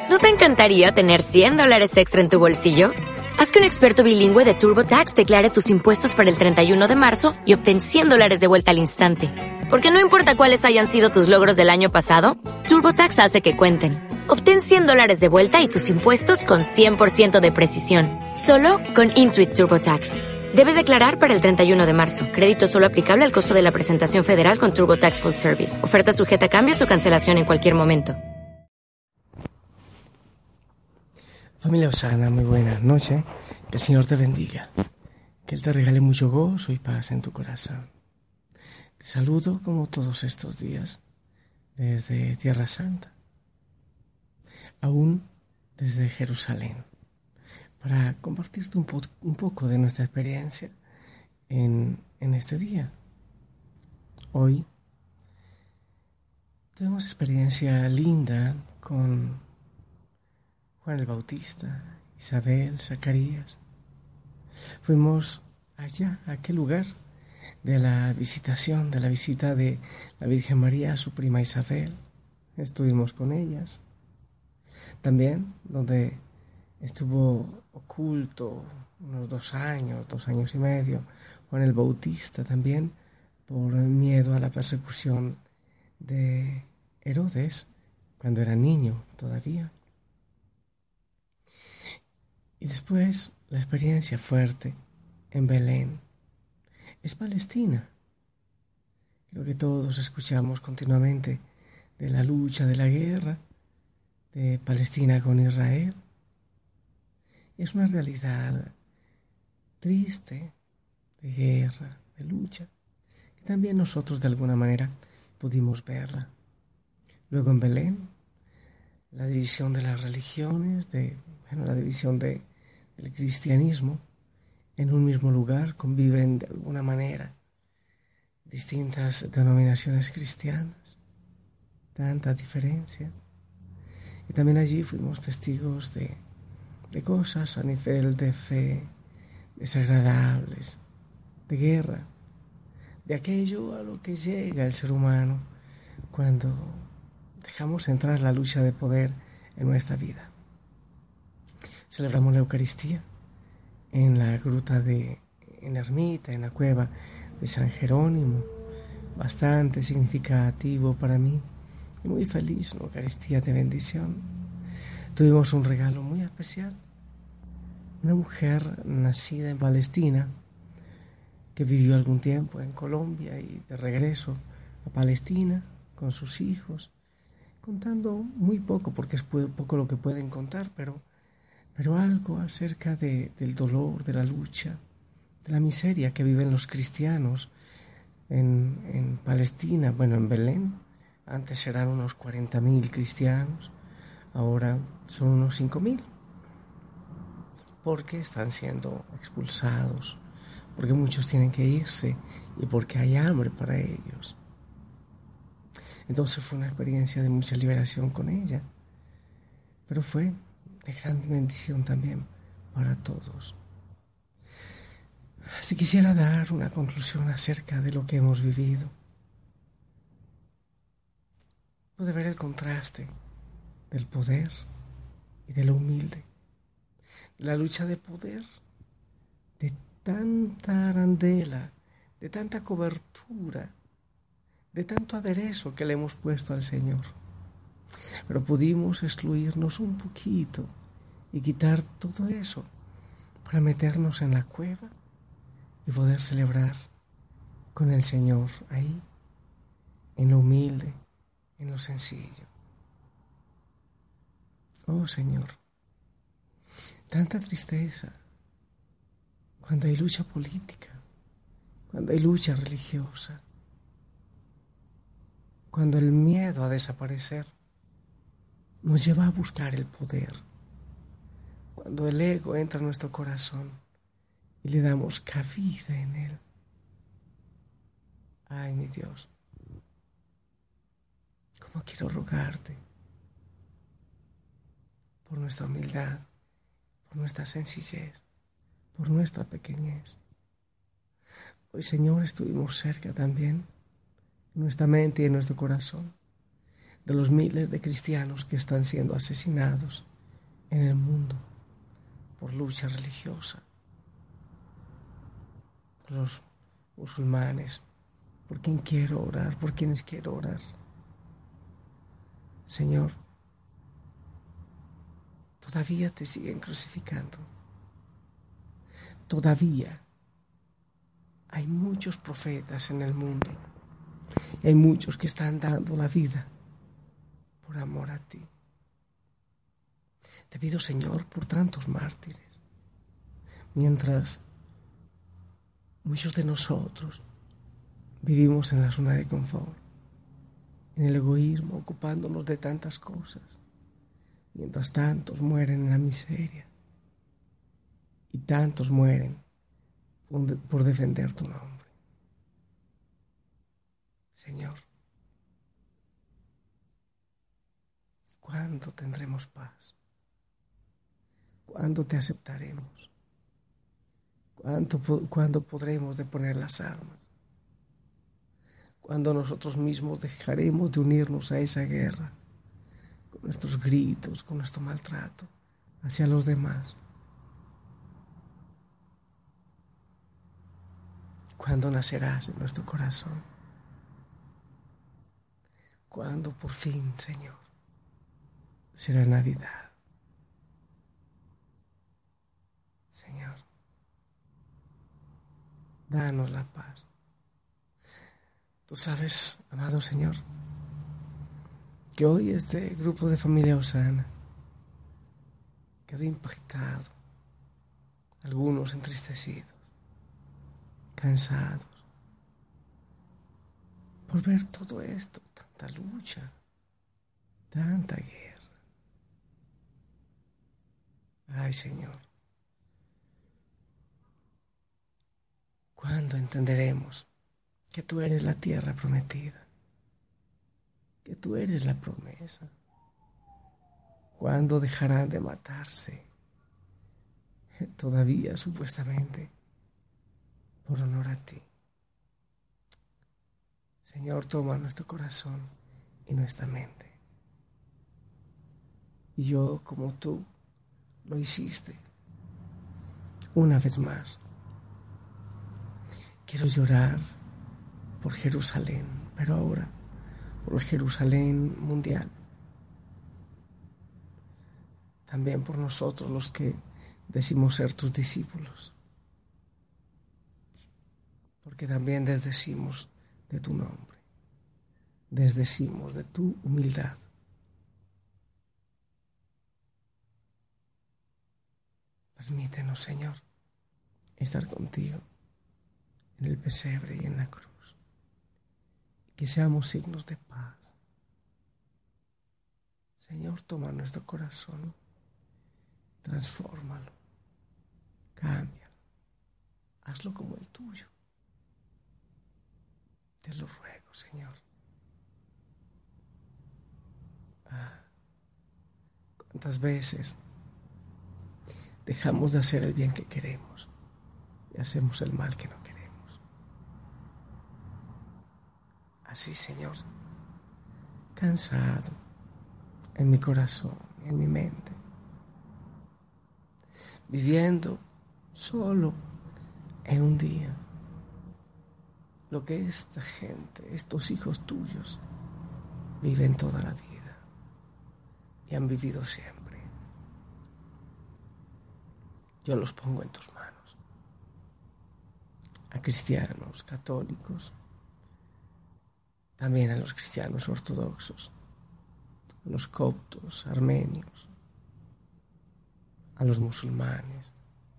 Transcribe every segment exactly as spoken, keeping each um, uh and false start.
¿No te encantaría tener cien dólares extra en tu bolsillo? Haz que un experto bilingüe de TurboTax declare tus impuestos para el treinta y uno de marzo y obtén cien dólares de vuelta al instante. Porque no importa cuáles hayan sido tus logros del año pasado, TurboTax hace que cuenten. Obtén cien dólares de vuelta y tus impuestos con cien por ciento de precisión. Solo con Intuit TurboTax. Debes declarar para el treinta y uno de marzo. Crédito solo aplicable al costo de la presentación federal con TurboTax Full Service. Oferta sujeta a cambios o cancelación en cualquier momento. Familia Osana, muy buenas noches. Que el Señor te bendiga. Que Él te regale mucho gozo y paz en tu corazón. Te saludo como todos estos días desde Tierra Santa, aún desde Jerusalén, para compartirte un, po- un poco de nuestra experiencia en, en este día. Hoy tuvimos experiencia linda con Juan el Bautista, Isabel, Zacarías. Fuimos allá, a aquel lugar de la visitación, de la visita de la Virgen María a su prima Isabel. Estuvimos con ellas. También donde estuvo oculto unos dos años, dos años y medio, Juan el Bautista también, por miedo a la persecución de Herodes, cuando era niño todavía. Y después la experiencia fuerte en Belén es Palestina. Creo que todos escuchamos continuamente de la lucha, de la guerra de Palestina con Israel. Es una realidad triste de guerra, de lucha, que también nosotros de alguna manera pudimos verla. Luego en Belén, la división de las religiones, de, bueno, la división de el cristianismo, en un mismo lugar conviven de alguna manera distintas denominaciones cristianas, tanta diferencia. Y también allí fuimos testigos de, de cosas a nivel de fe desagradables, de guerra, de aquello a lo que llega el ser humano cuando dejamos entrar la lucha de poder en nuestra vida. Celebramos la Eucaristía en la gruta de, en la ermita, en la cueva de San Jerónimo, bastante significativo para mí y muy feliz, una Eucaristía de bendición. Tuvimos un regalo muy especial, una mujer nacida en Palestina, que vivió algún tiempo en Colombia y de regreso a Palestina con sus hijos, contando muy poco, porque es poco lo que pueden contar, pero pero algo acerca de, del dolor, de la lucha, de la miseria que viven los cristianos en, en Palestina, bueno, en Belén. Antes eran unos cuarenta mil cristianos, ahora son unos cinco mil, porque están siendo expulsados, porque muchos tienen que irse y porque hay hambre para ellos. Entonces fue una experiencia de mucha liberación con ella, pero fue de gran bendición también para todos. Si quisiera dar una conclusión acerca de lo que hemos vivido, pude ver el contraste del poder y de lo humilde, de la lucha de poder, de tanta arandela, de tanta cobertura, de tanto aderezo que le hemos puesto al Señor. Pero pudimos excluirnos un poquito y quitar todo eso para meternos en la cueva y poder celebrar con el Señor ahí, en lo humilde, en lo sencillo. Oh Señor, tanta tristeza cuando hay lucha política, cuando hay lucha religiosa, cuando el miedo a desaparecer nos lleva a buscar el poder, cuando el ego entra en nuestro corazón y le damos cabida en él. Ay, mi Dios, cómo quiero rogarte por nuestra humildad, por nuestra sencillez, por nuestra pequeñez. Hoy, Señor, estuvimos cerca también, en nuestra mente y en nuestro corazón, de los miles de cristianos que están siendo asesinados en el mundo por lucha religiosa, por los musulmanes, por quien quiero orar, por quienes quiero orar. Señor, todavía te siguen crucificando. Todavía hay muchos profetas en el mundo. Y hay muchos que están dando la vida por amor a ti. Te pido, Señor, por tantos mártires. Mientras muchos de nosotros vivimos en la zona de confort, en el egoísmo, ocupándonos de tantas cosas, mientras tantos mueren en la miseria y tantos mueren por defender tu nombre. Señor, ¿cuándo tendremos paz? ¿Cuándo te aceptaremos? ¿Cuándo, ¿Cuándo podremos deponer las armas? ¿Cuándo nosotros mismos dejaremos de unirnos a esa guerra con nuestros gritos, con nuestro maltrato hacia los demás? ¿Cuándo nacerás en nuestro corazón? ¿Cuándo por fin, Señor, será Navidad? Señor, danos la paz. Tú sabes, amado Señor, que hoy este grupo de familia Osana quedó impactado, algunos entristecidos, cansados, por ver todo esto, tanta lucha, tanta guerra. Ay, Señor, ¿cuándo entenderemos que tú eres la tierra prometida? Que tú eres la promesa. ¿Cuándo dejarán de matarse? Todavía, supuestamente, por honor a ti. Señor, toma nuestro corazón y nuestra mente. Y yo, como tú lo hiciste, una vez más, quiero llorar por Jerusalén, pero ahora por Jerusalén mundial. También por nosotros los que decimos ser tus discípulos. Porque también desdecimos de tu nombre. Desdecimos de tu humildad. Permítenos, Señor, estar contigo en el pesebre y en la cruz. Que seamos signos de paz. Señor, toma nuestro corazón, transfórmalo, cámbialo, hazlo como el tuyo. Te lo ruego, Señor. Ah, cuántas veces dejamos de hacer el bien que queremos y hacemos el mal que no queremos. Así, Señor, cansado en mi corazón, en mi mente, viviendo solo en un día lo que esta gente, estos hijos tuyos, viven toda la vida y han vivido siempre. Yo los pongo en tus manos, a cristianos, católicos, también a los cristianos ortodoxos, a los coptos, armenios, a los musulmanes,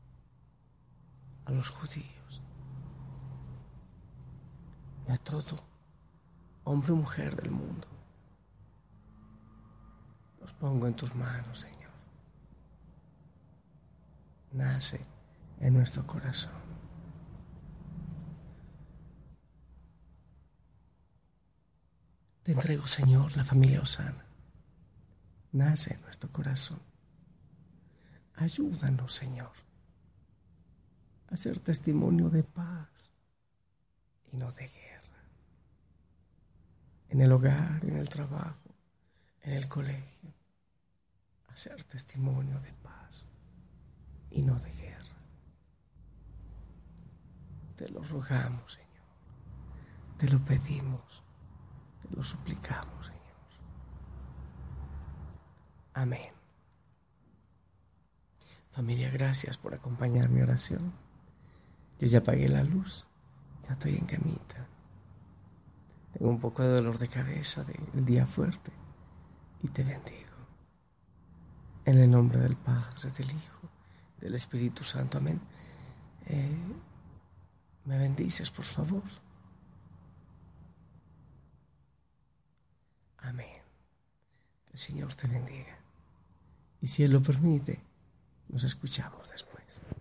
a los judíos y a todo hombre o mujer del mundo. Los pongo en tus manos, Señor. Nace en nuestro corazón. Te entrego, Señor, la familia Osana. Nace en nuestro corazón. Ayúdanos, Señor, a ser testimonio de paz y no de guerra. En el hogar, en el trabajo, en el colegio a ser testimonio de paz y no de guerra. Te lo rogamos, Señor. Te lo pedimos. Te lo suplicamos, Señor. Amén. Familia, gracias por acompañar mi oración. Yo ya apagué la luz. Ya estoy en camita. Tengo un poco de dolor de cabeza del día fuerte. Y te bendigo. En el nombre del Padre, del Hijo, del Espíritu Santo. Amén. Eh, ¿Me bendices, por favor? Amén. El Señor te bendiga. Y si Él lo permite, nos escuchamos después.